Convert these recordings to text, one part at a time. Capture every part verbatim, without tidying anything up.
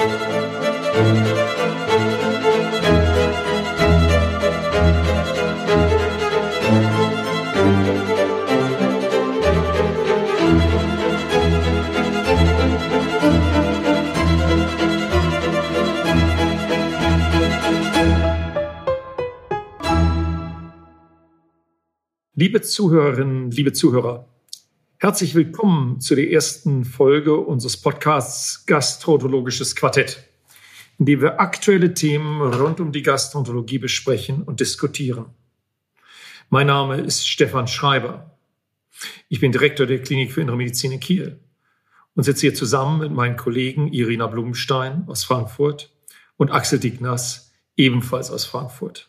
Liebe Zuhörerinnen, liebe Zuhörer, herzlich willkommen zu der ersten Folge unseres Podcasts Gastroenterologisches Quartett, in dem wir aktuelle Themen rund um die Gastroenterologie besprechen und diskutieren. Mein Name ist Stefan Schreiber. Ich bin Direktor der Klinik für Innere Medizin in Kiel und sitze hier zusammen mit meinen Kollegen Irina Blumenstein aus Frankfurt und Axel Dignas, ebenfalls aus Frankfurt.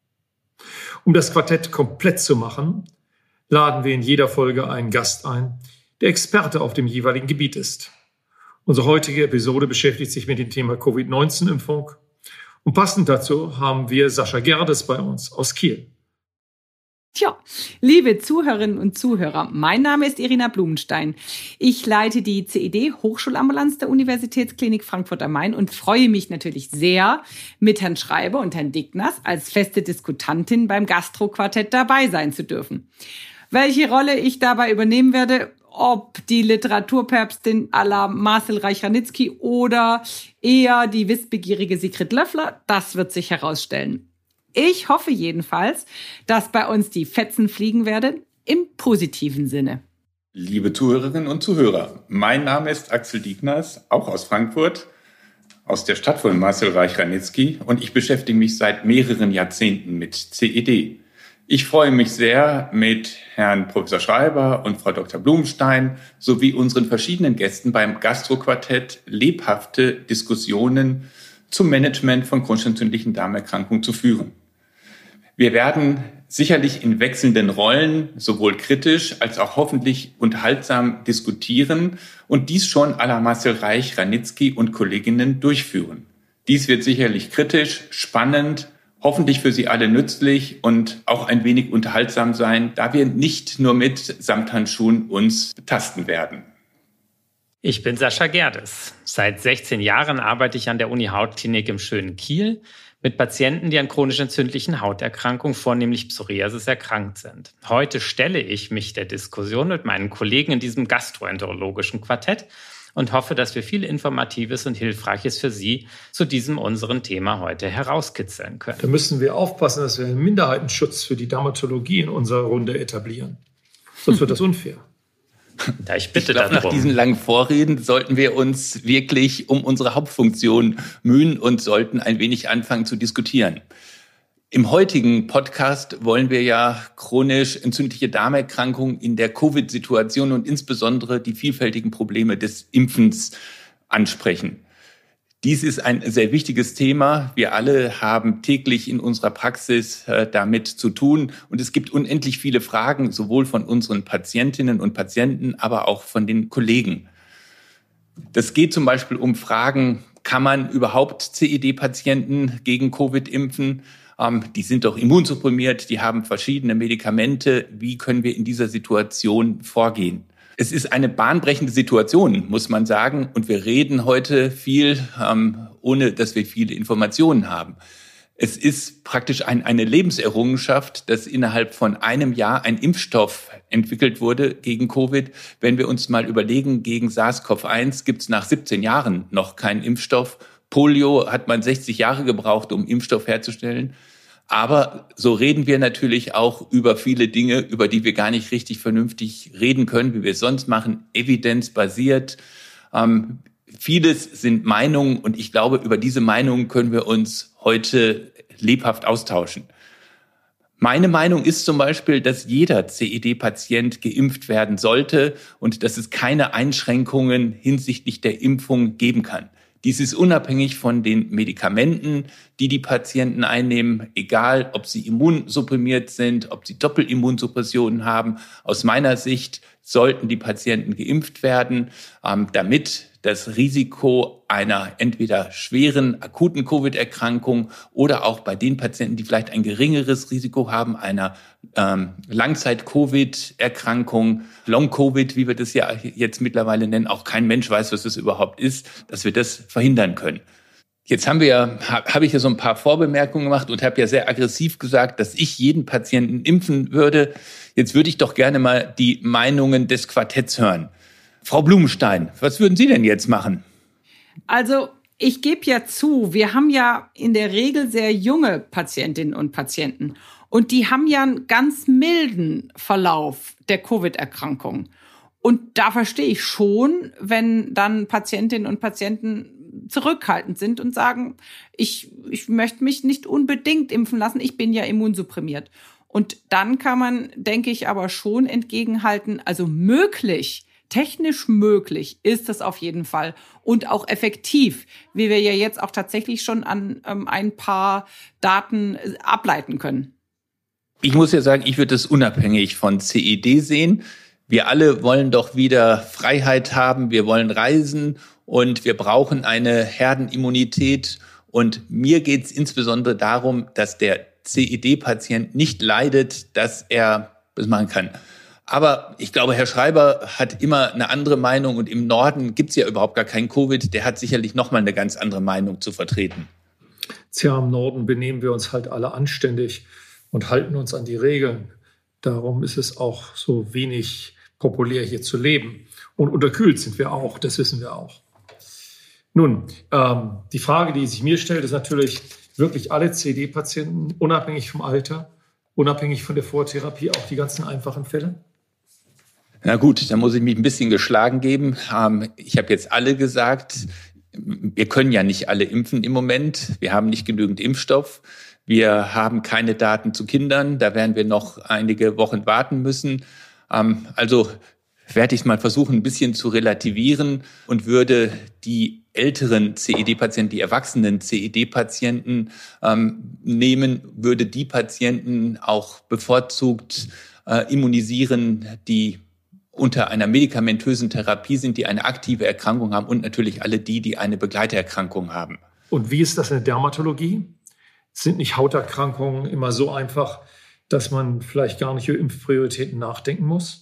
Um das Quartett komplett zu machen, laden wir in jeder Folge einen Gast ein, der Experte auf dem jeweiligen Gebiet ist. Unsere heutige Episode beschäftigt sich mit dem Thema Covid neunzehn Impfung und passend dazu haben wir Sascha Gerdes bei uns aus Kiel. Tja, liebe Zuhörerinnen und Zuhörer, mein Name ist Irina Blumenstein. Ich leite die C E D-Hochschulambulanz der Universitätsklinik Frankfurt am Main und freue mich natürlich sehr, mit Herrn Schreiber und Herrn Dignas als feste Diskutantin beim Gastro-Quartett dabei sein zu dürfen. Welche Rolle ich dabei übernehmen werde, ob die Literaturpäpstin à la Marcel Reich-Ranitzky oder eher die wissbegierige Sigrid Löffler, das wird sich herausstellen. Ich hoffe jedenfalls, dass bei uns die Fetzen fliegen werden, im positiven Sinne. Liebe Zuhörerinnen und Zuhörer, mein Name ist Axel Dignas, auch aus Frankfurt, aus der Stadt von Marcel Reich-Ranitzky, und ich beschäftige mich seit mehreren Jahrzehnten mit C E D. Ich freue mich sehr, mit Herrn Professor Schreiber und Frau Doktor Blumenstein sowie unseren verschiedenen Gästen beim Gastro-Quartett lebhafte Diskussionen zum Management von chronisch entzündlichen Darmerkrankungen zu führen. Wir werden sicherlich in wechselnden Rollen sowohl kritisch als auch hoffentlich unterhaltsam diskutieren und dies schon à la Marcel Reich-Ranitzky und Kolleginnen durchführen. Dies wird sicherlich kritisch, spannend, hoffentlich für Sie alle nützlich und auch ein wenig unterhaltsam sein, da wir nicht nur mit Samthandschuhen uns betasten werden. Ich bin Sascha Gerdes. Seit sechzehn Jahren arbeite ich an der Uni-Hautklinik im schönen Kiel mit Patienten, die an chronisch entzündlichen Hauterkrankungen, vornehmlich Psoriasis, erkrankt sind. Heute stelle ich mich der Diskussion mit meinen Kollegen in diesem gastroenterologischen Quartett und hoffe, dass wir viel Informatives und Hilfreiches für Sie zu diesem unseren Thema heute herauskitzeln können. Da müssen wir aufpassen, dass wir einen Minderheitenschutz für die Dermatologie in unserer Runde etablieren. Sonst wird das unfair. Da ich bitte ich glaub, darum. Nach diesen langen Vorreden sollten wir uns wirklich um unsere Hauptfunktion mühen und sollten ein wenig anfangen zu diskutieren. Im heutigen Podcast wollen wir ja chronisch entzündliche Darmerkrankungen in der Covid-Situation und insbesondere die vielfältigen Probleme des Impfens ansprechen. Dies ist ein sehr wichtiges Thema. Wir alle haben täglich in unserer Praxis äh, damit zu tun. Und es gibt unendlich viele Fragen, sowohl von unseren Patientinnen und Patienten, aber auch von den Kollegen. Das geht zum Beispiel um Fragen, kann man überhaupt C E D-Patienten gegen Covid impfen? Ähm, die sind doch immunsupprimiert, die haben verschiedene Medikamente. Wie können wir in dieser Situation vorgehen? Es ist eine bahnbrechende Situation, muss man sagen. Und wir reden heute viel, ähm, ohne dass wir viele Informationen haben. Es ist praktisch ein, eine Lebenserrungenschaft, dass innerhalb von einem Jahr ein Impfstoff entwickelt wurde gegen Covid. Wenn wir uns mal überlegen, gegen SARS-CoV eins gibt es nach siebzehn Jahren noch keinen Impfstoff. Polio hat man sechzig Jahre gebraucht, um Impfstoff herzustellen. Aber so reden wir natürlich auch über viele Dinge, über die wir gar nicht richtig vernünftig reden können, wie wir es sonst machen, evidenzbasiert. Ähm, vieles sind Meinungen und ich glaube, über diese Meinungen können wir uns heute lebhaft austauschen. Meine Meinung ist zum Beispiel, dass jeder C E D-Patient geimpft werden sollte und dass es keine Einschränkungen hinsichtlich der Impfung geben kann. Dies ist unabhängig von den Medikamenten, die die Patienten einnehmen, egal ob sie immunsupprimiert sind, ob sie Doppelimmunsuppressionen haben. Aus meiner Sicht sollten die Patienten geimpft werden, damit das Risiko einer entweder schweren, akuten Covid-Erkrankung oder auch bei den Patienten, die vielleicht ein geringeres Risiko haben, einer ähm, Langzeit-Covid-Erkrankung, Long-Covid, wie wir das ja jetzt mittlerweile nennen, auch kein Mensch weiß, was das überhaupt ist, dass wir das verhindern können. Jetzt haben wir ja, habe ich ja so ein paar Vorbemerkungen gemacht und habe ja sehr aggressiv gesagt, dass ich jeden Patienten impfen würde. Jetzt würde ich doch gerne mal die Meinungen des Quartetts hören. Frau Blumenstein, was würden Sie denn jetzt machen? Also ich gebe ja zu, wir haben ja in der Regel sehr junge Patientinnen und Patienten und die haben ja einen ganz milden Verlauf der Covid-Erkrankung. Und da verstehe ich schon, wenn dann Patientinnen und Patienten zurückhaltend sind und sagen, ich, ich möchte mich nicht unbedingt impfen lassen, ich bin ja immunsupprimiert. Und dann kann man, denke ich, aber schon entgegenhalten, also möglich, technisch möglich ist das auf jeden Fall und auch effektiv, wie wir ja jetzt auch tatsächlich schon an ähm, ein paar Daten äh, ableiten können. Ich muss ja sagen, ich würde es unabhängig von C E D sehen. Wir alle wollen doch wieder Freiheit haben, wir wollen reisen und wir brauchen eine Herdenimmunität. Und mir geht es insbesondere darum, dass der C E D-Patient nicht leidet, dass er das machen kann. Aber ich glaube, Herr Schreiber hat immer eine andere Meinung und im Norden gibt es ja überhaupt gar kein Covid. Der hat sicherlich nochmal eine ganz andere Meinung zu vertreten. Tja, im Norden benehmen wir uns halt alle anständig und halten uns an die Regeln. Darum ist es auch so wenig populär, hier zu leben. Und unterkühlt sind wir auch, das wissen wir auch. Nun, ähm, die Frage, die sich mir stellt, ist natürlich, wirklich alle C E D-Patienten, unabhängig vom Alter, unabhängig von der Vortherapie, auch die ganzen einfachen Fälle? Na gut, da muss ich mich ein bisschen geschlagen geben. Ich habe jetzt alle gesagt, wir können ja nicht alle impfen im Moment. Wir haben nicht genügend Impfstoff. Wir haben keine Daten zu Kindern. Da werden wir noch einige Wochen warten müssen. Also werde ich mal versuchen, ein bisschen zu relativieren und würde die älteren C E D-Patienten, die erwachsenen C E D-Patienten ähm, nehmen, würde die Patienten auch bevorzugt äh, immunisieren, die unter einer medikamentösen Therapie sind, die eine aktive Erkrankung haben und natürlich alle die, die eine Begleiterkrankung haben. Und wie ist das in der Dermatologie? Sind nicht Hauterkrankungen immer so einfach, dass man vielleicht gar nicht über Impfprioritäten nachdenken muss?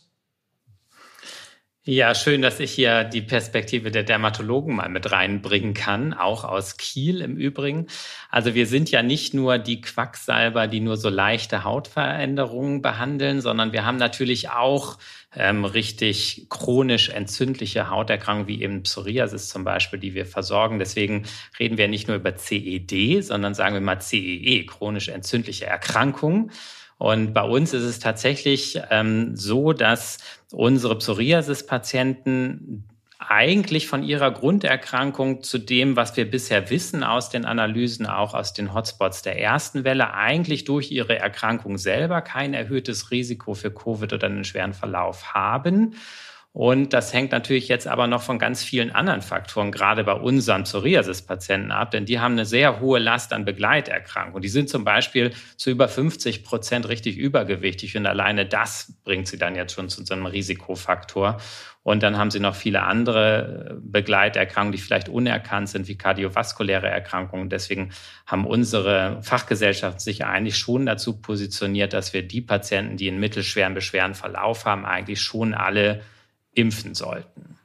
Ja, schön, dass ich hier die Perspektive der Dermatologen mal mit reinbringen kann, auch aus Kiel im Übrigen. Also wir sind ja nicht nur die Quacksalber, die nur so leichte Hautveränderungen behandeln, sondern wir haben natürlich auch ähm, richtig chronisch entzündliche Hauterkrankungen, wie eben Psoriasis zum Beispiel, die wir versorgen. Deswegen reden wir nicht nur über C E D, sondern sagen wir mal C E E, chronisch entzündliche Erkrankungen. Und bei uns ist es tatsächlich ähm, so, dass unsere Psoriasis-Patienten eigentlich von ihrer Grunderkrankung zu dem, was wir bisher wissen aus den Analysen, auch aus den Hotspots der ersten Welle, eigentlich durch ihre Erkrankung selber kein erhöhtes Risiko für Covid oder einen schweren Verlauf haben. Und das hängt natürlich jetzt aber noch von ganz vielen anderen Faktoren, gerade bei unseren Psoriasis-Patienten ab, denn die haben eine sehr hohe Last an Begleiterkrankungen. Die sind zum Beispiel zu über fünfzig Prozent richtig übergewichtig und alleine das bringt sie dann jetzt schon zu so einem Risikofaktor. Und dann haben sie noch viele andere Begleiterkrankungen, die vielleicht unerkannt sind, wie kardiovaskuläre Erkrankungen. Deswegen haben unsere Fachgesellschaften sich eigentlich schon dazu positioniert, dass wir die Patienten, die einen mittelschweren, beschwerlichen Verlauf haben, eigentlich schon alle impfen sollten.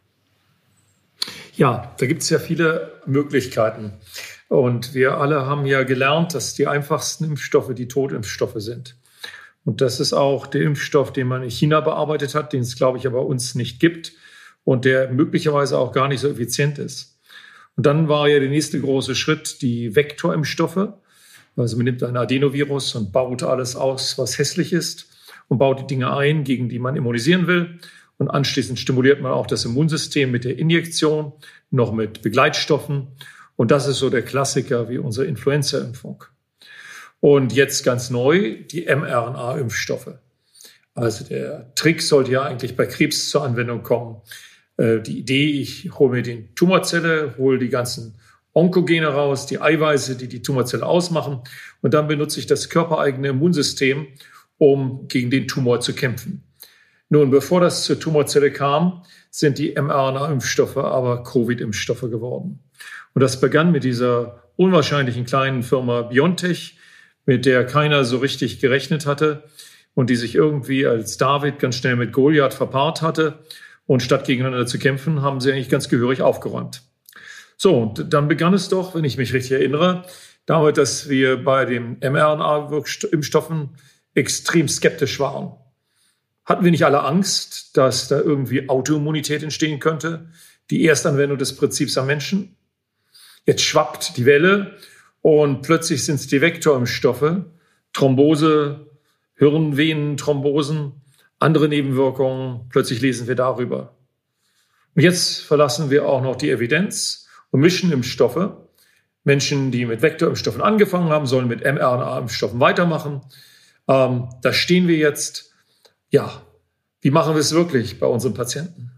Ja, da gibt es ja viele Möglichkeiten. Und wir alle haben ja gelernt, dass die einfachsten Impfstoffe die Totimpfstoffe sind. Und das ist auch der Impfstoff, den man in China bearbeitet hat, den es, glaube ich, aber uns nicht gibt und der möglicherweise auch gar nicht so effizient ist. Und dann war ja der nächste große Schritt die Vektorimpfstoffe. Also man nimmt ein Adenovirus und baut alles aus, was hässlich ist und baut die Dinge ein, gegen die man immunisieren will. Und anschließend stimuliert man auch das Immunsystem mit der Injektion, noch mit Begleitstoffen. Und das ist so der Klassiker wie unsere Influenza-Impfung. Und jetzt ganz neu die mRNA-Impfstoffe. Also der Trick sollte ja eigentlich bei Krebs zur Anwendung kommen. Äh, die Idee, ich hole mir die Tumorzelle, hole die ganzen Onkogene raus, die Eiweiße, die die Tumorzelle ausmachen. Und dann benutze ich das körpereigene Immunsystem, um gegen den Tumor zu kämpfen. Nun, bevor das zur Tumorzelle kam, sind die mRNA-Impfstoffe aber Covid-Impfstoffe geworden. Und das begann mit dieser unwahrscheinlichen kleinen Firma BioNTech, mit der keiner so richtig gerechnet hatte und die sich irgendwie als David ganz schnell mit Goliath verpaart hatte. Und statt gegeneinander zu kämpfen, haben sie eigentlich ganz gehörig aufgeräumt. So, und dann begann es doch, wenn ich mich richtig erinnere, damit, dass wir bei den mRNA-Impfstoffen extrem skeptisch waren. Hatten wir nicht alle Angst, dass da irgendwie Autoimmunität entstehen könnte? Die Erstanwendung des Prinzips am Menschen? Jetzt schwappt die Welle und plötzlich sind es die Vektorimpfstoffe, Thrombose, Hirnvenenthrombosen, andere Nebenwirkungen. Plötzlich lesen wir darüber. Und jetzt verlassen wir auch noch die Evidenz und mischen Impfstoffe. Menschen, die mit Vektorimpfstoffen angefangen haben, sollen mit mRNA-Impfstoffen weitermachen. Ähm, da stehen wir jetzt. Ja, wie machen wir es wirklich bei unseren Patienten?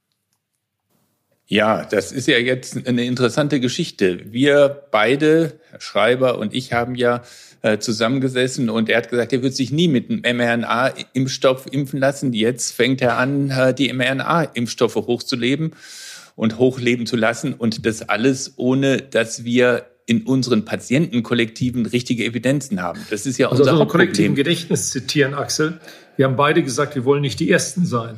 Ja, das ist ja jetzt eine interessante Geschichte. Wir beide, Herr Schreiber und ich, haben ja äh, zusammengesessen und er hat gesagt, er wird sich nie mit einem mRNA-Impfstoff impfen lassen. Jetzt fängt er an, äh, die mRNA-Impfstoffe hochzuleben und hochleben zu lassen und das alles, ohne dass wir in unseren Patientenkollektiven richtige Evidenzen haben. Das ist ja also unser Hauptproblem. Also kollektiven Hauptproblem. Gedächtnis zitieren, Axel. Wir haben beide gesagt, wir wollen nicht die Ersten sein.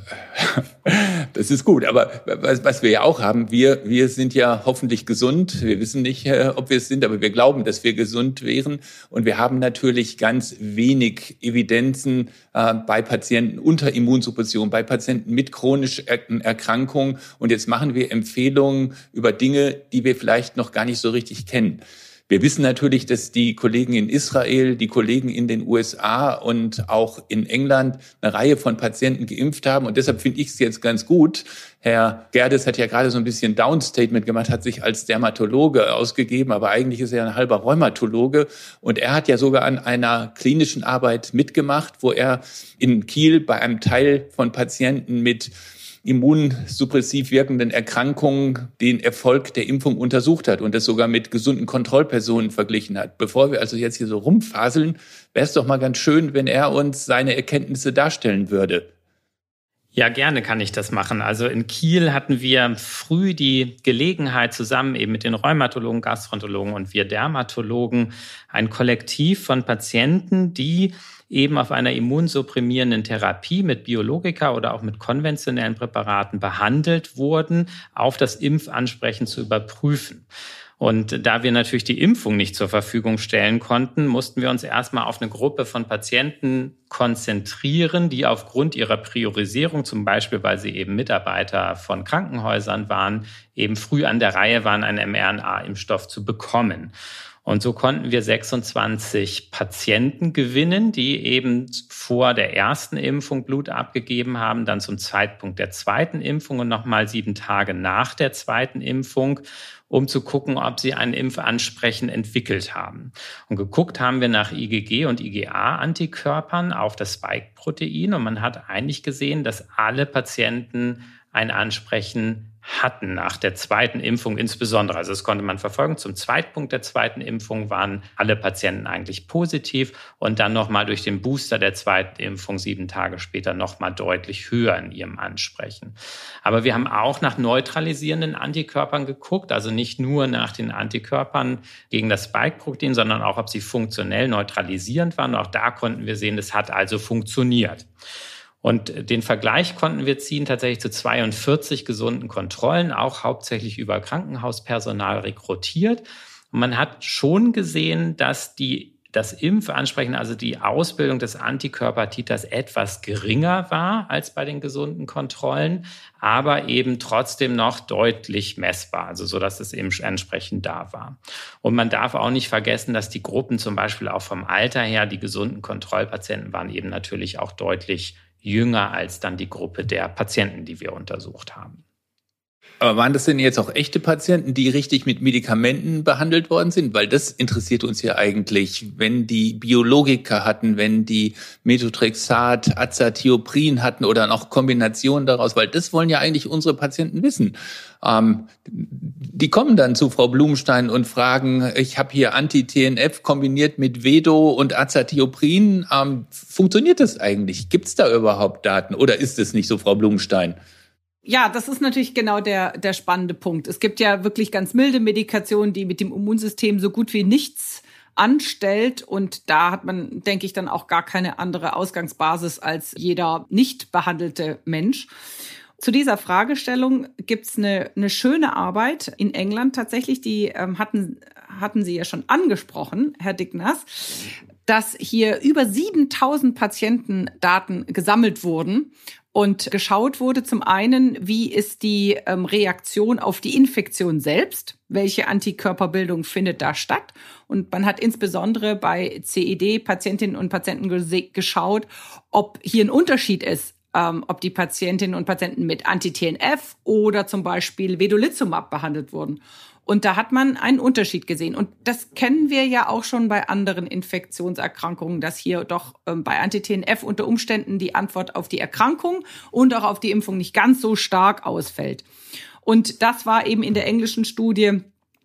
Das ist gut, aber was, was wir ja auch haben, wir, wir sind ja hoffentlich gesund. Wir wissen nicht, äh, ob wir es sind, aber wir glauben, dass wir gesund wären. Und wir haben natürlich ganz wenig Evidenzen äh, bei Patienten unter Immunsuppression, bei Patienten mit chronischen er- Erkrankungen. Und jetzt machen wir Empfehlungen über Dinge, die wir vielleicht noch gar nicht so richtig kennen. Wir wissen natürlich, dass die Kollegen in Israel, die Kollegen in den U S A und auch in England eine Reihe von Patienten geimpft haben. Und deshalb finde ich es jetzt ganz gut. Herr Gerdes hat ja gerade so ein bisschen Downstatement gemacht, hat sich als Dermatologe ausgegeben, aber eigentlich ist er ein halber Rheumatologe. Und er hat ja sogar an einer klinischen Arbeit mitgemacht, wo er in Kiel bei einem Teil von Patienten mit immunsuppressiv wirkenden Erkrankungen den Erfolg der Impfung untersucht hat und das sogar mit gesunden Kontrollpersonen verglichen hat. Bevor wir also jetzt hier so rumfaseln, wäre es doch mal ganz schön, wenn er uns seine Erkenntnisse darstellen würde. Ja, gerne kann ich das machen. Also in Kiel hatten wir früh die Gelegenheit, zusammen eben mit den Rheumatologen, Gastroenterologen und wir Dermatologen ein Kollektiv von Patienten, die eben auf einer immunsupprimierenden Therapie mit Biologika oder auch mit konventionellen Präparaten behandelt wurden, auf das Impfansprechen zu überprüfen. Und da wir natürlich die Impfung nicht zur Verfügung stellen konnten, mussten wir uns erstmal auf eine Gruppe von Patienten konzentrieren, die aufgrund ihrer Priorisierung, zum Beispiel weil sie eben Mitarbeiter von Krankenhäusern waren, eben früh an der Reihe waren, einen mRNA-Impfstoff zu bekommen. Und so konnten wir sechsundzwanzig Patienten gewinnen, die eben vor der ersten Impfung Blut abgegeben haben, dann zum Zeitpunkt der zweiten Impfung und nochmal sieben Tage nach der zweiten Impfung, um zu gucken, ob sie ein Impfansprechen entwickelt haben. Und geguckt haben wir nach I G G und I G A-Antikörpern auf das Spike-Protein und man hat eigentlich gesehen, dass alle Patienten ein Ansprechen hatten nach der zweiten Impfung insbesondere. Also das konnte man verfolgen. Zum Zeitpunkt der zweiten Impfung waren alle Patienten eigentlich positiv und dann nochmal durch den Booster der zweiten Impfung sieben Tage später nochmal deutlich höher in ihrem Ansprechen. Aber wir haben auch nach neutralisierenden Antikörpern geguckt, also nicht nur nach den Antikörpern gegen das Spike-Protein, sondern auch, ob sie funktionell neutralisierend waren. Und auch da konnten wir sehen, das hat also funktioniert. Und den Vergleich konnten wir ziehen tatsächlich zu zweiundvierzig gesunden Kontrollen, auch hauptsächlich über Krankenhauspersonal rekrutiert. Und man hat schon gesehen, dass die, das Impfansprechen, also die Ausbildung des Antikörpertiters etwas geringer war als bei den gesunden Kontrollen, aber eben trotzdem noch deutlich messbar, also so, dass es eben entsprechend da war. Und man darf auch nicht vergessen, dass die Gruppen zum Beispiel auch vom Alter her, die gesunden Kontrollpatienten waren eben natürlich auch deutlich jünger als dann die Gruppe der Patienten, die wir untersucht haben. Aber waren das denn jetzt auch echte Patienten, die richtig mit Medikamenten behandelt worden sind? Weil das interessiert uns ja eigentlich. Wenn die Biologika hatten, wenn die Methotrexat, Azathioprine hatten oder noch Kombinationen daraus, weil das wollen ja eigentlich unsere Patienten wissen. Ähm, die kommen dann zu Frau Blumenstein und fragen, ich habe hier Anti-T N F kombiniert mit Vedo und Azathioprine. Ähm, funktioniert das eigentlich? Gibt es da überhaupt Daten oder ist es nicht so, Frau Blumenstein? Ja, das ist natürlich genau der, der spannende Punkt. Es gibt ja wirklich ganz milde Medikationen, die mit dem Immunsystem so gut wie nichts anstellt. Und da hat man, denke ich, dann auch gar keine andere Ausgangsbasis als jeder nicht behandelte Mensch. Zu dieser Fragestellung gibt's eine, eine schöne Arbeit in England tatsächlich, die ähm, hatten, hatten Sie ja schon angesprochen, Herr Dignas, dass hier über siebentausend Patientendaten gesammelt wurden und geschaut wurde zum einen, wie ist die ähm, Reaktion auf die Infektion selbst, welche Antikörperbildung findet da statt. Und man hat insbesondere bei C E D-Patientinnen und Patienten gese- geschaut, ob hier ein Unterschied ist, ähm, ob die Patientinnen und Patienten mit Anti-T N F oder zum Beispiel Vedolizumab behandelt wurden. Und da hat man einen Unterschied gesehen. Und das kennen wir ja auch schon bei anderen Infektionserkrankungen, dass hier doch ähm, bei Anti-T N F unter Umständen die Antwort auf die Erkrankung und auch auf die Impfung nicht ganz so stark ausfällt. Und das war eben in der englischen Studie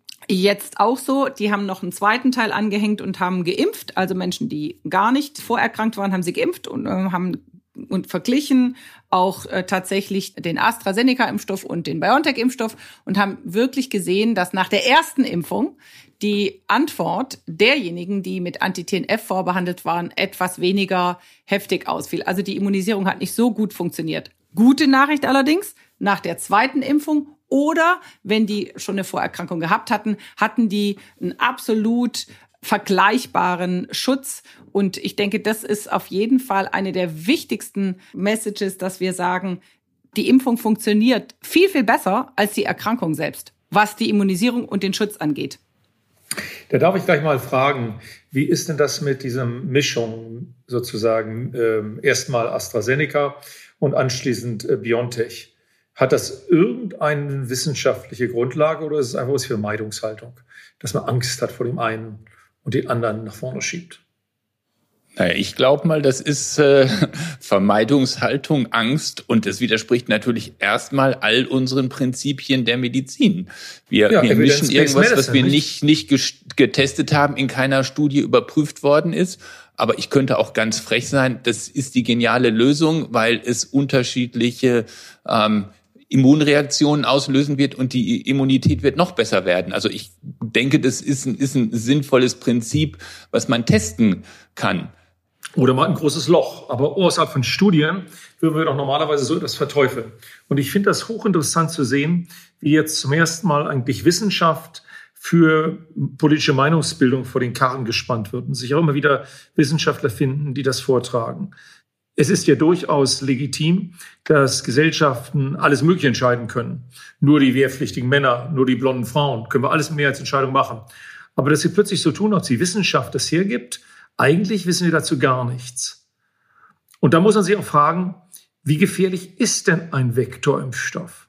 jetzt auch so. Die haben noch einen zweiten Teil angehängt und haben geimpft. Also Menschen, die gar nicht vorerkrankt waren, haben sie geimpft und äh, haben und verglichen auch äh, tatsächlich den AstraZeneca-Impfstoff und den BioNTech-Impfstoff und haben wirklich gesehen, dass nach der ersten Impfung die Antwort derjenigen, die mit Anti-T N F vorbehandelt waren, etwas weniger heftig ausfiel. Also die Immunisierung hat nicht so gut funktioniert. Gute Nachricht allerdings, nach der zweiten Impfung oder wenn die schon eine Vorerkrankung gehabt hatten, hatten die einen absolut vergleichbaren Schutz. Und ich denke, das ist auf jeden Fall eine der wichtigsten Messages, dass wir sagen, die Impfung funktioniert viel, viel besser als die Erkrankung selbst, was die Immunisierung und den Schutz angeht. Da darf ich gleich mal fragen, wie ist denn das mit dieser Mischung sozusagen ähm, erstmal AstraZeneca und anschließend äh, BioNTech? Hat das irgendeine wissenschaftliche Grundlage oder ist es einfach was für Meidungshaltung, dass man Angst hat vor dem einen und den anderen nach vorne schiebt? Naja, ich glaube mal, das ist äh, Vermeidungshaltung, Angst und es widerspricht natürlich erstmal all unseren Prinzipien der Medizin. Wir, ja, wir mischen irgendwas, medicine, was wir nicht, nicht, nicht getestet haben, in keiner Studie überprüft worden ist. Aber ich könnte auch ganz frech sein, das ist die geniale Lösung, weil es unterschiedliche ähm, Immunreaktionen auslösen wird und die Immunität wird noch besser werden. Also ich denke, das ist ein, ist ein sinnvolles Prinzip, was man testen kann. Oder mal ein großes Loch. Aber außerhalb von Studien würden wir doch normalerweise so etwas verteufeln. Und ich finde das hochinteressant zu sehen, wie jetzt zum ersten Mal eigentlich Wissenschaft für politische Meinungsbildung vor den Karren gespannt wird und sich auch immer wieder Wissenschaftler finden, die das vortragen. Es ist ja durchaus legitim, dass Gesellschaften alles Mögliche entscheiden können. Nur die wehrpflichtigen Männer, nur die blonden Frauen, können wir alles Mehrheitsentscheidung machen. Aber dass sie plötzlich so tun, als die Wissenschaft das hergibt, eigentlich wissen wir dazu gar nichts. Und da muss man sich auch fragen, wie gefährlich ist denn ein Vektorimpfstoff?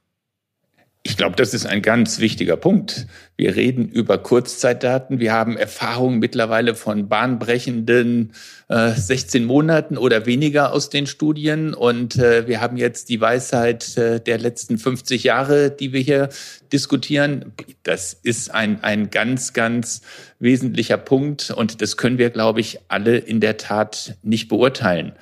Ich glaube, das ist ein ganz wichtiger Punkt. Wir reden über Kurzzeitdaten. Wir haben Erfahrungen mittlerweile von bahnbrechenden äh, sechzehn Monaten oder weniger aus den Studien. Und äh, wir haben jetzt die Weisheit äh, der letzten fünfzig Jahre, die wir hier diskutieren. Das ist ein, ein ganz, ganz wesentlicher Punkt. Und das können wir, glaube ich, alle in der Tat nicht beurteilen.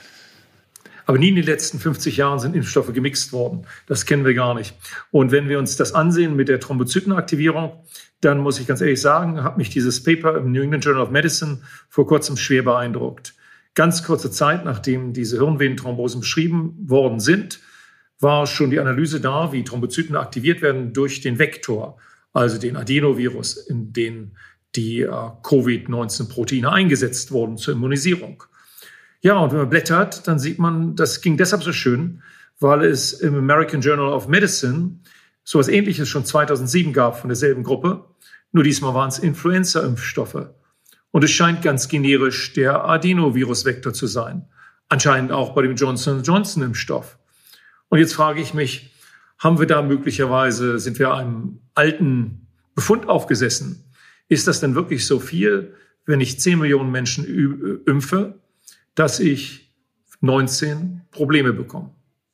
Aber nie in den letzten fünfzig Jahren sind Impfstoffe gemixt worden. Das kennen wir gar nicht. Und wenn wir uns das ansehen mit der Thrombozytenaktivierung, dann muss ich ganz ehrlich sagen, hat mich dieses Paper im New England Journal of Medicine vor kurzem schwer beeindruckt. Ganz kurze Zeit, nachdem diese Hirnvenenthrombosen beschrieben worden sind, war schon die Analyse da, wie Thrombozyten aktiviert werden durch den Vektor, also den Adenovirus, in den die äh, Covid neunzehn Proteine eingesetzt wurden zur Immunisierung. Ja, und wenn man blättert, dann sieht man, das ging deshalb so schön, weil es im American Journal of Medicine sowas Ähnliches schon zweitausendsieben gab von derselben Gruppe. Nur diesmal waren es Influenza-Impfstoffe. Und es scheint ganz generisch der Adenovirus-Vektor zu sein. Anscheinend auch bei dem Johnson und Johnson-Impfstoff. Und jetzt frage ich mich, Haben wir da möglicherweise, sind wir einem alten Befund aufgesessen? Ist das denn wirklich so viel, wenn ich zehn Millionen Menschen impfe, dass ich neunzehn Probleme bekomme?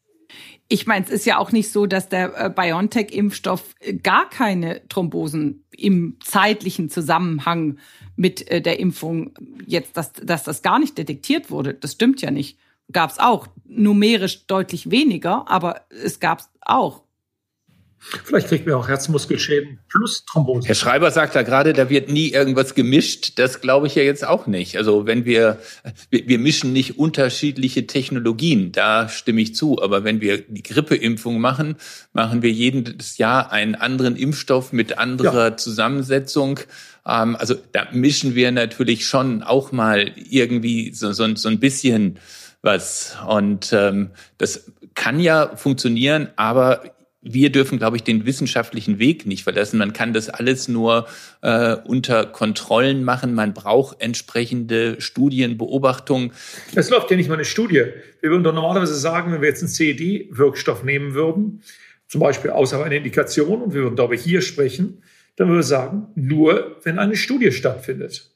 Ich meine, es ist ja auch nicht so, dass der BioNTech-Impfstoff gar keine Thrombosen im zeitlichen Zusammenhang mit der Impfung jetzt, dass, dass das gar nicht detektiert wurde. Das stimmt ja nicht. Gab es auch. Numerisch deutlich weniger, aber es gab es auch. Vielleicht kriegt man auch Herzmuskelschäden plus Thrombose. Herr Schreiber sagt da gerade, da wird nie irgendwas gemischt. Das glaube ich ja jetzt auch nicht. Also wenn wir, wir, wir mischen nicht unterschiedliche Technologien, da stimme ich zu. Aber wenn wir die Grippeimpfung machen, machen wir jedes Jahr einen anderen Impfstoff mit anderer ja. Zusammensetzung. Ähm, also da mischen wir natürlich schon auch mal irgendwie so, so, so ein bisschen was. Und ähm, das kann ja funktionieren, aber wir dürfen, glaube ich, den wissenschaftlichen Weg nicht verlassen. Man kann das alles nur äh, unter Kontrollen machen. Man braucht entsprechende Studien, Beobachtungen. Es läuft ja nicht mal eine Studie. Wir würden doch normalerweise sagen, wenn wir jetzt einen C E D-Wirkstoff nehmen würden, zum Beispiel außer einer Indikation, und wir würden darüber hier sprechen, dann würde ich sagen, nur wenn eine Studie stattfindet.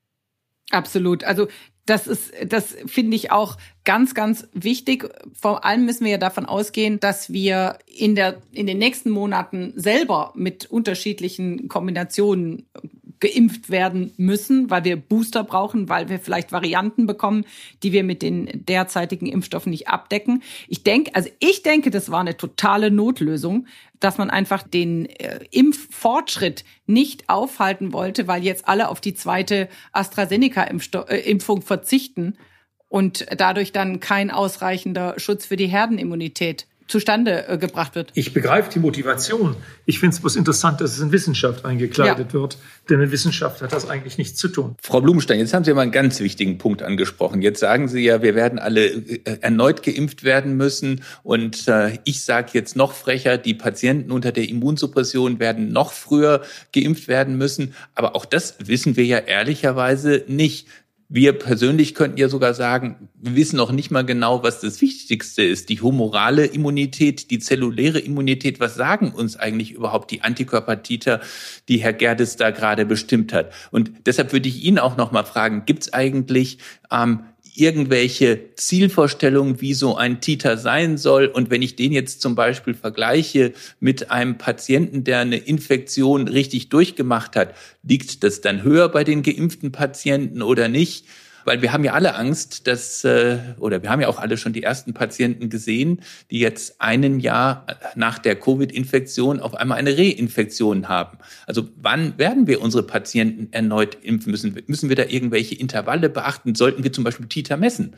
Absolut. Also das ist, das finde ich auch ganz, ganz wichtig. Vor allem müssen wir ja davon ausgehen, dass wir in der, in den nächsten Monaten selber mit unterschiedlichen Kombinationen geimpft werden müssen, weil wir Booster brauchen, weil wir vielleicht Varianten bekommen, die wir mit den derzeitigen Impfstoffen nicht abdecken. Ich denke, also ich denke, das war eine totale Notlösung, dass man einfach den äh, Impffortschritt nicht aufhalten wollte, weil jetzt alle auf die zweite AstraZeneca-Impfung verzichten und dadurch dann kein ausreichender Schutz für die Herdenimmunität zustande äh, gebracht wird. Ich begreife die Motivation. Ich finde es bloß interessant, dass es in Wissenschaft eingekleidet ja. wird. Denn in Wissenschaft hat das eigentlich nichts zu tun. Frau Blumenstein, jetzt haben Sie mal einen ganz wichtigen Punkt angesprochen. Jetzt sagen Sie ja, wir werden alle äh, erneut geimpft werden müssen. Und äh, ich sage jetzt noch frecher, die Patienten unter der Immunsuppression werden noch früher geimpft werden müssen. Aber auch das wissen wir ja ehrlicherweise nicht. Wir persönlich könnten ja sogar sagen, wir wissen noch nicht mal genau, was das Wichtigste ist. Die humorale Immunität, die zelluläre Immunität. Was sagen uns eigentlich überhaupt die Antikörpertiter, die Herr Gerdes da gerade bestimmt hat? Und deshalb würde ich Ihnen auch noch mal fragen, gibt es eigentlich ähm, irgendwelche Zielvorstellungen, wie so ein Titer sein soll? Und wenn ich den jetzt zum Beispiel vergleiche mit einem Patienten, der eine Infektion richtig durchgemacht hat, liegt das dann höher bei den geimpften Patienten oder nicht? Weil wir haben ja alle Angst, dass, oder wir haben ja auch alle schon die ersten Patienten gesehen, die jetzt ein Jahr nach der Covid-Infektion auf einmal eine Reinfektion haben. Also wann werden wir unsere Patienten erneut impfen müssen? Müssen wir da irgendwelche Intervalle beachten? Sollten wir zum Beispiel Titer messen?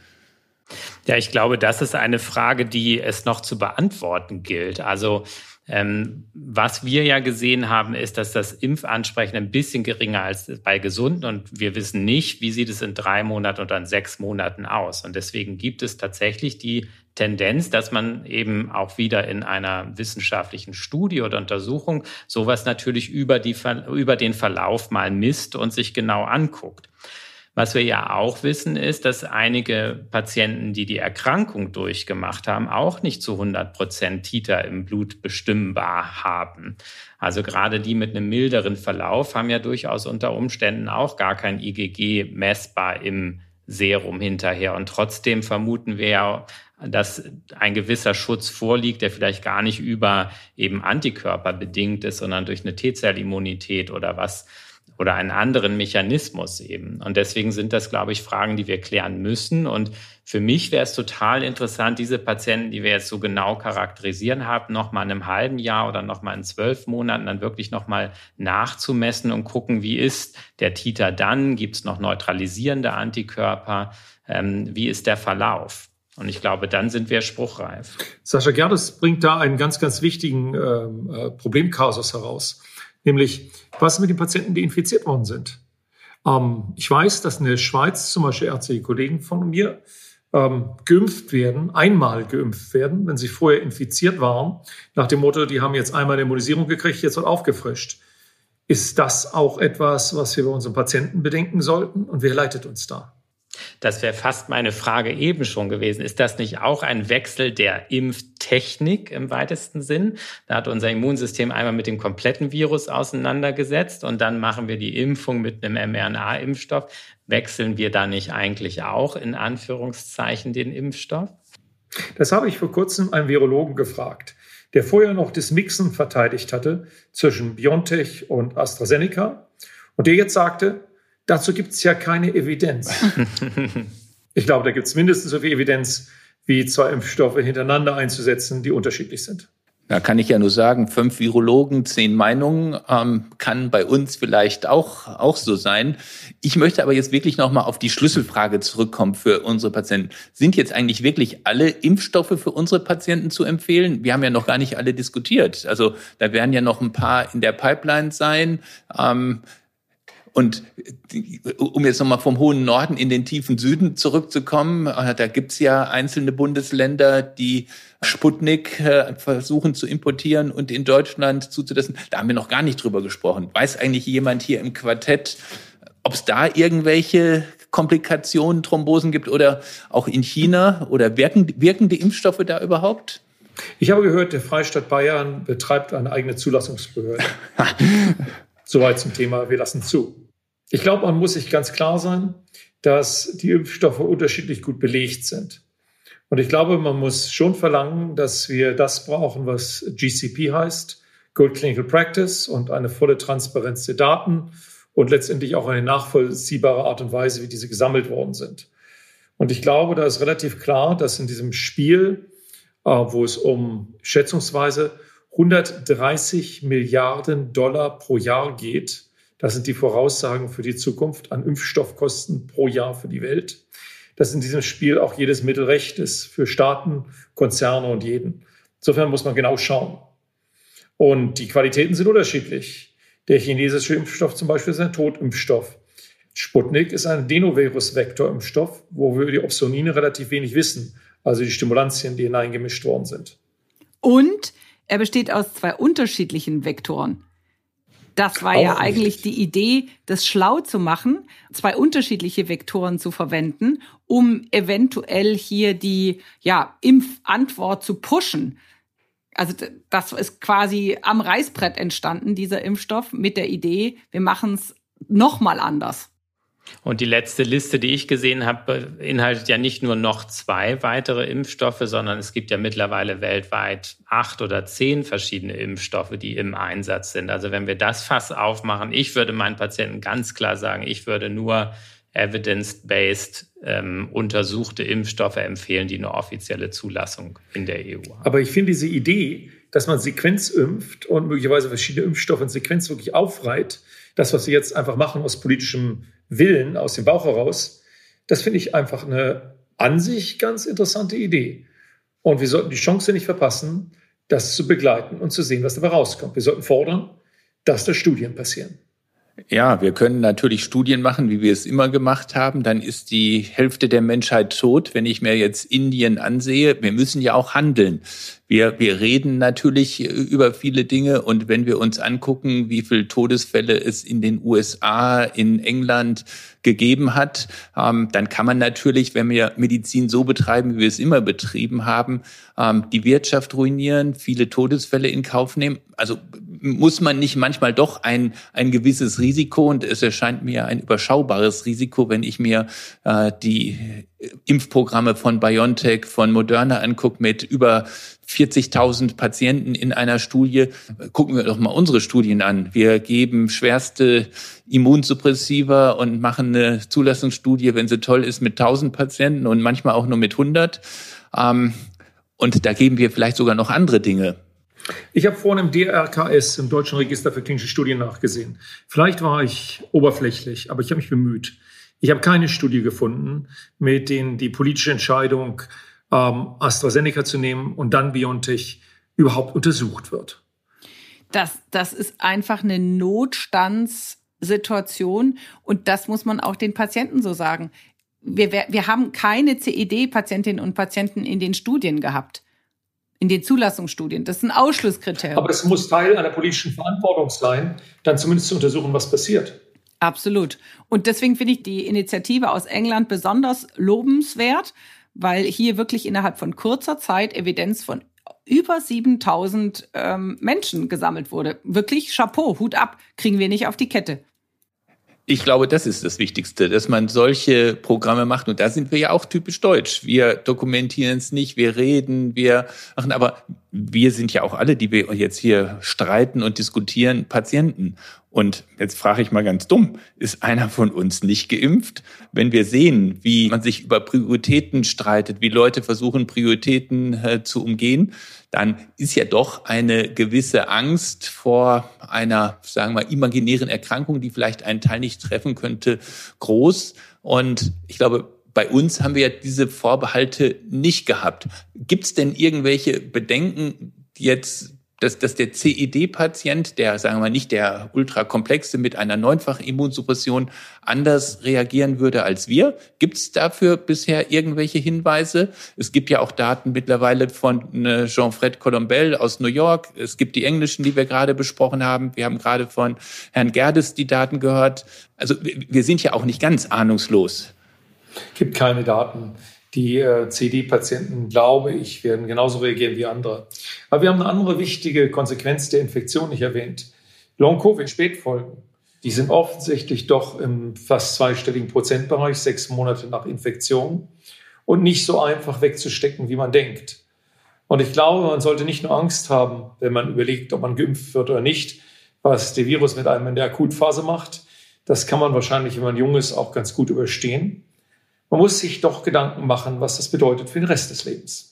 Ja, ich glaube, das ist eine Frage, die es noch zu beantworten gilt. Also Ähm, was wir ja gesehen haben, ist, dass das Impfansprechen ein bisschen geringer als bei Gesunden, und wir wissen nicht, wie sieht es in drei Monaten oder in sechs Monaten aus. Und deswegen gibt es tatsächlich die Tendenz, dass man eben auch wieder in einer wissenschaftlichen Studie oder Untersuchung sowas natürlich über die, über den Verlauf mal misst und sich genau anguckt. Was wir ja auch wissen, ist, dass einige Patienten, die die Erkrankung durchgemacht haben, auch nicht zu hundert Prozent Titer im Blut bestimmbar haben. Also gerade die mit einem milderen Verlauf haben ja durchaus unter Umständen auch gar kein I G G messbar im Serum hinterher. Und trotzdem vermuten wir ja, dass ein gewisser Schutz vorliegt, der vielleicht gar nicht über eben Antikörper bedingt ist, sondern durch eine T-Zellimmunität oder was oder einen anderen Mechanismus eben. Und deswegen sind das, glaube ich, Fragen, die wir klären müssen. Und für mich wäre es total interessant, diese Patienten, die wir jetzt so genau charakterisieren haben, noch mal in einem halben Jahr oder noch mal in zwölf Monaten dann wirklich noch mal nachzumessen und gucken, wie ist der Titer dann? Gibt es noch neutralisierende Antikörper? Ähm, wie ist der Verlauf? Und ich glaube, dann sind wir spruchreif. Sascha Gerdes bringt da einen ganz, ganz wichtigen äh, Problemkasus heraus. Nämlich, was mit den Patienten, die infiziert worden sind. Ähm, ich weiß, dass in der Schweiz zum Beispiel ärztliche Kollegen von mir ähm, geimpft werden, einmal geimpft werden, wenn sie vorher infiziert waren, nach dem Motto, die haben jetzt einmal eine Immunisierung gekriegt, jetzt wird aufgefrischt. Ist das auch etwas, was wir bei unseren Patienten bedenken sollten? Und wer leitet uns da? Das wäre fast meine Frage eben schon gewesen. Ist das nicht auch ein Wechsel der Impftechnik im weitesten Sinn? Da hat unser Immunsystem einmal mit dem kompletten Virus auseinandergesetzt und dann machen wir die Impfung mit einem em R N A-Impfstoff. Wechseln wir da nicht eigentlich auch in Anführungszeichen den Impfstoff? Das habe ich vor kurzem einen Virologen gefragt, der vorher noch das Mixen verteidigt hatte zwischen BioNTech und AstraZeneca und der jetzt sagte, dazu gibt es ja keine Evidenz. Ich glaube, da gibt es mindestens so viel Evidenz, wie zwei Impfstoffe hintereinander einzusetzen, die unterschiedlich sind. Da kann ich ja nur sagen, fünf Virologen, zehn Meinungen, ähm, kann bei uns vielleicht auch auch so sein. Ich möchte aber jetzt wirklich nochmal auf die Schlüsselfrage zurückkommen für unsere Patienten. Sind jetzt eigentlich wirklich alle Impfstoffe für unsere Patienten zu empfehlen? Wir haben ja noch gar nicht alle diskutiert. Also da werden ja noch ein paar in der Pipeline sein. Ähm, Und um jetzt nochmal vom hohen Norden in den tiefen Süden zurückzukommen, da gibt's ja einzelne Bundesländer, die Sputnik versuchen zu importieren und in Deutschland zuzulassen. Da haben wir noch gar nicht drüber gesprochen. Weiß eigentlich jemand hier im Quartett, ob es da irgendwelche Komplikationen, Thrombosen gibt oder auch in China? Oder wirken, wirken die Impfstoffe da überhaupt? Ich habe gehört, der Freistaat Bayern betreibt eine eigene Zulassungsbehörde. Soweit zum Thema, wir lassen zu. Ich glaube, man muss sich ganz klar sein, dass die Impfstoffe unterschiedlich gut belegt sind. Und ich glaube, man muss schon verlangen, dass wir das brauchen, was G C P heißt, Good Clinical Practice und eine volle Transparenz der Daten und letztendlich auch eine nachvollziehbare Art und Weise, wie diese gesammelt worden sind. Und ich glaube, da ist relativ klar, dass in diesem Spiel, wo es um schätzungsweise hundertdreißig Milliarden Dollar pro Jahr geht. Das sind die Voraussagen für die Zukunft an Impfstoffkosten pro Jahr für die Welt. Dass in diesem Spiel auch jedes Mittel recht ist für Staaten, Konzerne und jeden. Insofern muss man genau schauen. Und die Qualitäten sind unterschiedlich. Der chinesische Impfstoff zum Beispiel ist ein Totimpfstoff. Sputnik ist ein Adenovirus-Vektor-Impfstoff, wo wir über die Opsonine relativ wenig wissen, also die Stimulantien, die hineingemischt worden sind. Und er besteht aus zwei unterschiedlichen Vektoren. Das war Auch ja richtig. eigentlich die Idee, das schlau zu machen, zwei unterschiedliche Vektoren zu verwenden, um eventuell hier die ja, Impfantwort zu pushen. Also das ist quasi am Reißbrett entstanden, dieser Impfstoff, mit der Idee, wir machen es noch mal anders. Und die letzte Liste, die ich gesehen habe, beinhaltet ja nicht nur noch zwei weitere Impfstoffe, sondern es gibt ja mittlerweile weltweit acht oder zehn verschiedene Impfstoffe, die im Einsatz sind. Also wenn wir das Fass aufmachen, ich würde meinen Patienten ganz klar sagen, ich würde nur evidence-based ähm, untersuchte Impfstoffe empfehlen, die eine offizielle Zulassung in der E U haben. Aber ich finde diese Idee, dass man Sequenz impft und möglicherweise verschiedene Impfstoffe in Sequenz wirklich aufreiht, das, was wir jetzt einfach machen aus politischem Willen, aus dem Bauch heraus, das finde ich einfach eine an sich ganz interessante Idee. Und wir sollten die Chance nicht verpassen, das zu begleiten und zu sehen, was dabei rauskommt. Wir sollten fordern, dass da Studien passieren. Ja, wir können natürlich Studien machen, wie wir es immer gemacht haben. Dann ist die Hälfte der Menschheit tot. Wenn ich mir jetzt Indien ansehe, wir müssen ja auch handeln. Wir, wir reden natürlich über viele Dinge. Und wenn wir uns angucken, wie viele Todesfälle es in den U S A, in England gegeben hat, ähm, dann kann man natürlich, wenn wir Medizin so betreiben, wie wir es immer betrieben haben, ähm, die Wirtschaft ruinieren, viele Todesfälle in Kauf nehmen. Also muss man nicht manchmal doch ein ein gewisses Risiko, und es erscheint mir ein überschaubares Risiko, wenn ich mir äh, die Impfprogramme von BioNTech, von Moderna angucke mit über vierzigtausend Patienten in einer Studie. Gucken wir doch mal unsere Studien an. Wir geben schwerste Immunsuppressiva und machen eine Zulassungsstudie, wenn sie toll ist, mit tausend Patienten und manchmal auch nur mit hundert. Ähm, und da geben wir vielleicht sogar noch andere Dinge. Ich habe vorhin im D R K S, im Deutschen Register für klinische Studien, nachgesehen. Vielleicht war ich oberflächlich, aber ich habe mich bemüht. Ich habe keine Studie gefunden, mit denen die politische Entscheidung, ähm, AstraZeneca zu nehmen und dann BioNTech überhaupt untersucht wird. Das, das ist einfach eine Notstandssituation und das muss man auch den Patienten so sagen. Wir, wir haben keine C E D-Patientinnen und Patienten in den Studien gehabt. In den Zulassungsstudien. Das ist ein Ausschlusskriterium. Aber es muss Teil einer politischen Verantwortung sein, dann zumindest zu untersuchen, was passiert. Absolut. Und deswegen finde ich die Initiative aus England besonders lobenswert, weil hier wirklich innerhalb von kurzer Zeit Evidenz von über siebentausend ähm, Menschen gesammelt wurde. Wirklich Chapeau, Hut ab, kriegen wir nicht auf die Kette. Ich glaube, das ist das Wichtigste, dass man solche Programme macht. Und da sind wir ja auch typisch deutsch. Wir dokumentieren es nicht, wir reden, wir machen, aber wir sind ja auch alle, die wir jetzt hier streiten und diskutieren, Patienten. Und jetzt frage ich mal ganz dumm, ist einer von uns nicht geimpft? Wenn wir sehen, wie man sich über Prioritäten streitet, wie Leute versuchen, Prioritäten äh, zu umgehen, dann ist ja doch eine gewisse Angst vor einer, sagen wir mal, imaginären Erkrankung, die vielleicht einen Teil nicht treffen könnte, groß. Und ich glaube, bei uns haben wir ja diese Vorbehalte nicht gehabt. Gibt es denn irgendwelche Bedenken jetzt, dass, dass der C E D-Patient, der, sagen wir mal, nicht der ultrakomplexe mit einer neunfachen Immunsuppression anders reagieren würde als wir? Gibt es dafür bisher irgendwelche Hinweise? Es gibt ja auch Daten mittlerweile von Jean-Fred Colombel aus New York. Es gibt die englischen, die wir gerade besprochen haben. Wir haben gerade von Herrn Gerdes die Daten gehört. Also wir sind ja auch nicht ganz ahnungslos. Es gibt keine Daten. Die äh, C E D-Patienten, glaube ich, werden genauso reagieren wie andere. Aber wir haben eine andere wichtige Konsequenz der Infektion nicht erwähnt. Long-Covid-Spätfolgen. Die sind offensichtlich doch im fast zweistelligen Prozentbereich, sechs Monate nach Infektion und nicht so einfach wegzustecken, wie man denkt. Und ich glaube, man sollte nicht nur Angst haben, wenn man überlegt, ob man geimpft wird oder nicht, was der Virus mit einem in der Akutphase macht. Das kann man wahrscheinlich, wenn man jung ist, auch ganz gut überstehen. Man muss sich doch Gedanken machen, was das bedeutet für den Rest des Lebens.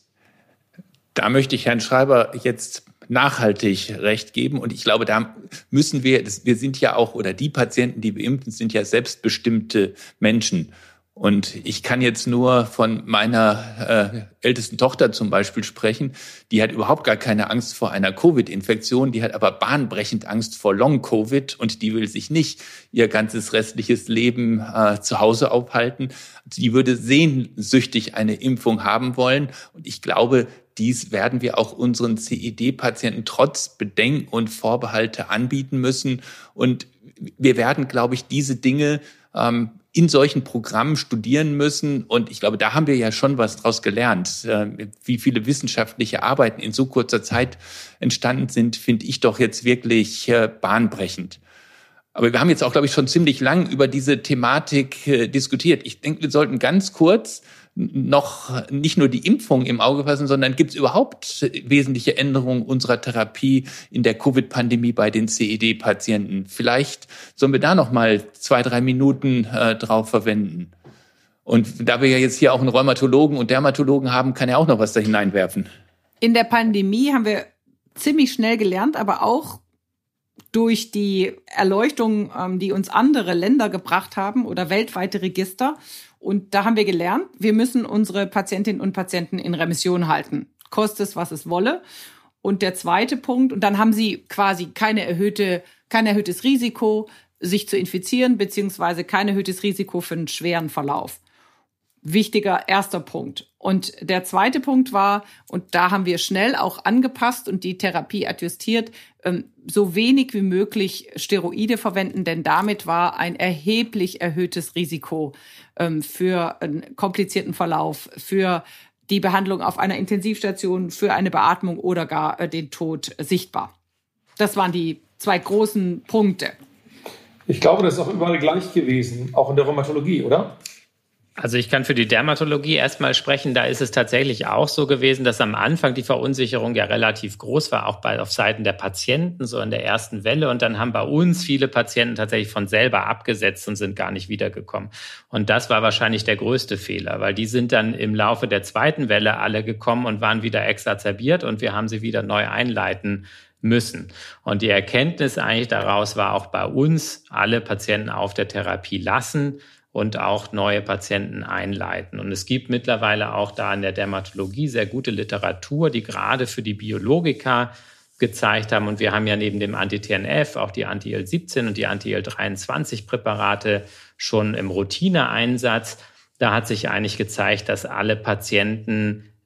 Da möchte ich Herrn Schreiber jetzt nachhaltig recht geben. Und ich glaube, da müssen wir, wir sind ja auch, oder die Patienten, die wir impfen, sind ja selbstbestimmte Menschen. Und ich kann jetzt nur von meiner äh, ältesten Tochter zum Beispiel sprechen. Die hat überhaupt gar keine Angst vor einer Covid-Infektion. Die hat aber bahnbrechend Angst vor Long-Covid und die will sich nicht ihr ganzes restliches Leben äh, zu Hause aufhalten. Die würde sehnsüchtig eine Impfung haben wollen. Und ich glaube, dies werden wir auch unseren C E D-Patienten trotz Bedenken und Vorbehalte anbieten müssen. Und wir werden, glaube ich, diese Dinge ähm, in solchen Programmen studieren müssen. Und ich glaube, da haben wir ja schon was draus gelernt. Äh, wie viele wissenschaftliche Arbeiten in so kurzer Zeit entstanden sind, finde ich doch jetzt wirklich äh, bahnbrechend. Aber wir haben jetzt auch, glaube ich, schon ziemlich lang über diese Thematik äh, diskutiert. Ich denke, wir sollten ganz kurz noch nicht nur die Impfung im Auge fassen, sondern gibt es überhaupt wesentliche Änderungen unserer Therapie in der Covid-Pandemie bei den C E D-Patienten? Vielleicht sollen wir da noch mal zwei, drei Minuten äh, drauf verwenden. Und da wir ja jetzt hier auch einen Rheumatologen und Dermatologen haben, kann er auch noch was da hineinwerfen. In der Pandemie haben wir ziemlich schnell gelernt, aber auch durch die Erleuchtung, ähm, die uns andere Länder gebracht haben oder weltweite Register. Und da haben wir gelernt, wir müssen unsere Patientinnen und Patienten in Remission halten. Koste es, was es wolle. Und der zweite Punkt, und dann haben sie quasi keine erhöhte, kein erhöhtes Risiko, sich zu infizieren, beziehungsweise kein erhöhtes Risiko für einen schweren Verlauf. Wichtiger erster Punkt. Und der zweite Punkt war, und da haben wir schnell auch angepasst und die Therapie adjustiert, so wenig wie möglich Steroide verwenden, denn damit war ein erheblich erhöhtes Risiko für einen komplizierten Verlauf, für die Behandlung auf einer Intensivstation, für eine Beatmung oder gar den Tod sichtbar. Das waren die zwei großen Punkte. Ich glaube, das ist auch überall gleich gewesen, auch in der Rheumatologie, oder? Also ich kann für die Dermatologie erstmal sprechen. Da ist es tatsächlich auch so gewesen, dass am Anfang die Verunsicherung ja relativ groß war, auch bei, auf Seiten der Patienten, so in der ersten Welle. Und dann haben bei uns viele Patienten tatsächlich von selber abgesetzt und sind gar nicht wiedergekommen. Und das war wahrscheinlich der größte Fehler, weil die sind dann im Laufe der zweiten Welle alle gekommen und waren wieder exacerbiert und wir haben sie wieder neu einleiten müssen. Und die Erkenntnis eigentlich daraus war auch bei uns, alle Patienten auf der Therapie lassen und auch neue Patienten einleiten. Und es gibt mittlerweile auch da in der Dermatologie sehr gute Literatur, die gerade für die Biologika gezeigt haben. Und wir haben ja neben dem Anti-T N F auch die Anti-I L siebzehn und die Anti-I L dreiundzwanzig Präparate schon im Routineeinsatz. Da hat sich eigentlich gezeigt, dass alle Patienten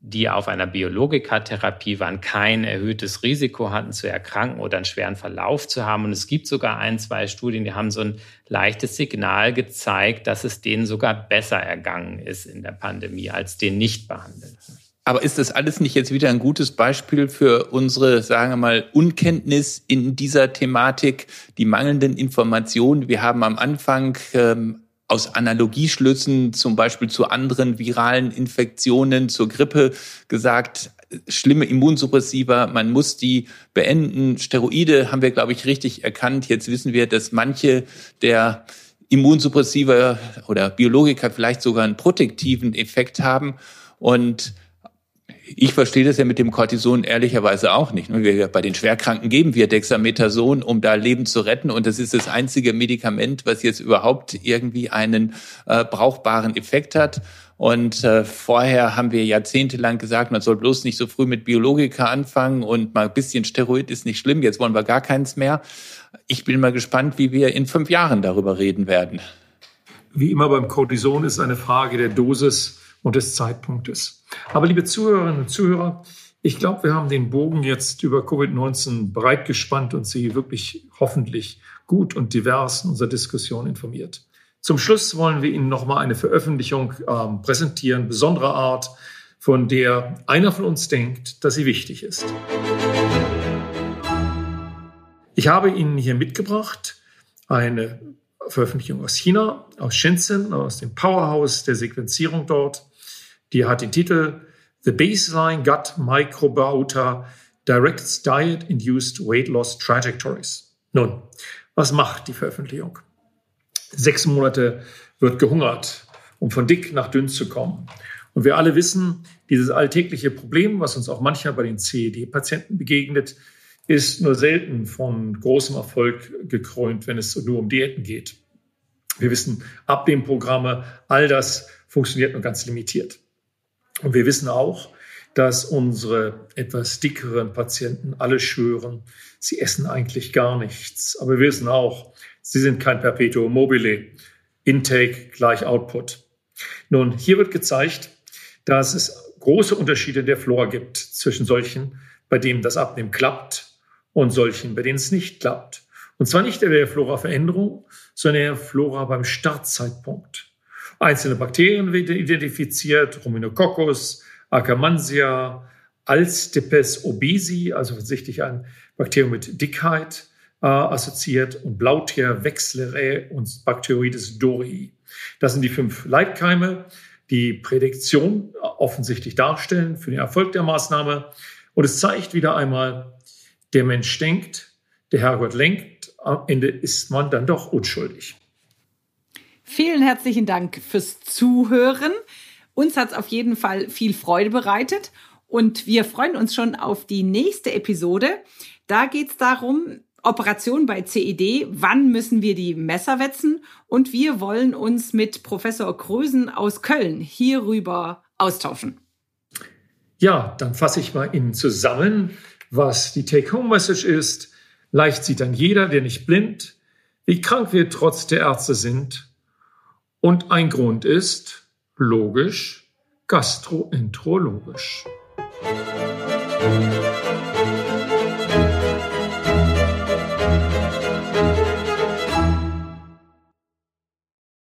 die auf einer Biologikatherapie waren, kein erhöhtes Risiko hatten zu erkranken oder einen schweren Verlauf zu haben. Und es gibt sogar ein, zwei Studien, die haben so ein leichtes Signal gezeigt, dass es denen sogar besser ergangen ist in der Pandemie als den Nicht-Behandelten. Aber ist das alles nicht jetzt wieder ein gutes Beispiel für unsere, sagen wir mal, Unkenntnis in dieser Thematik, die mangelnden Informationen? Wir haben am Anfang ähm, aus Analogieschlüssen zum Beispiel zu anderen viralen Infektionen, zur Grippe gesagt, schlimme Immunsuppressiva, man muss die beenden. Steroide haben wir, glaube ich, richtig erkannt. Jetzt wissen wir, dass manche der Immunsuppressiva oder Biologika vielleicht sogar einen protektiven Effekt haben. Und ich verstehe das ja mit dem Cortison ehrlicherweise auch nicht. Bei den Schwerkranken geben wir Dexamethason, um da Leben zu retten. Und das ist das einzige Medikament, was jetzt überhaupt irgendwie einen äh, brauchbaren Effekt hat. Und äh, vorher haben wir jahrzehntelang gesagt, man soll bloß nicht so früh mit Biologika anfangen und mal ein bisschen Steroid ist nicht schlimm. Jetzt wollen wir gar keins mehr. Ich bin mal gespannt, wie wir in fünf Jahren darüber reden werden. Wie immer beim Cortison ist eine Frage der Dosis und des Zeitpunktes. Aber liebe Zuhörerinnen und Zuhörer, ich glaube, wir haben den Bogen jetzt über Covid neunzehn breit gespannt und Sie wirklich hoffentlich gut und divers in unserer Diskussion informiert. Zum Schluss wollen wir Ihnen nochmal eine Veröffentlichung ähm, präsentieren, besonderer Art, von der einer von uns denkt, dass sie wichtig ist. Ich habe Ihnen hier mitgebracht eine Veröffentlichung aus China, aus Shenzhen, aus dem Powerhouse der Sequenzierung dort. Die hat den Titel The Baseline Gut Microbiota Directs Diet-Induced Weight Loss Trajectories. Nun, was macht die Veröffentlichung? Sechs Monate wird gehungert, um von dick nach dünn zu kommen. Und wir alle wissen, dieses alltägliche Problem, was uns auch manchmal bei den C E D-Patienten begegnet, ist nur selten von großem Erfolg gekrönt, wenn es nur um Diäten geht. Wir wissen, Abnehmprogramme, all das funktioniert nur ganz limitiert. Und wir wissen auch, dass unsere etwas dickeren Patienten alle schwören, sie essen eigentlich gar nichts. Aber wir wissen auch, sie sind kein Perpetuum mobile. Intake gleich Output. Nun, hier wird gezeigt, dass es große Unterschiede in der Flora gibt zwischen solchen, bei denen das Abnehmen klappt, und solchen, bei denen es nicht klappt. Und zwar nicht in der Flora-Veränderung, sondern in der Flora beim Startzeitpunkt. Einzelne Bakterien werden identifiziert, Ruminococcus, Akkermansia, Alstipes obesi, also offensichtlich ein Bakterium mit Dickheit, äh, assoziiert, und Blauteer vexillerae und Bacteroides dorii. Das sind die fünf Leitkeime, die Prädiktion offensichtlich darstellen für den Erfolg der Maßnahme. Und es zeigt wieder einmal, der Mensch denkt, der Herrgott lenkt, am Ende ist man dann doch unschuldig. Vielen herzlichen Dank fürs Zuhören. Uns hat es auf jeden Fall viel Freude bereitet und wir freuen uns schon auf die nächste Episode. Da geht es darum, Operation bei C E D, wann müssen wir die Messer wetzen? Und wir wollen uns mit Professor Krösen aus Köln hierüber austauschen. Ja, dann fasse ich mal Ihnen zusammen, was die Take-Home-Message ist. Leicht sieht dann jeder, der nicht blind, wie krank wir trotz der Ärzte sind. Und ein Grund ist, logisch, gastroenterologisch. Musik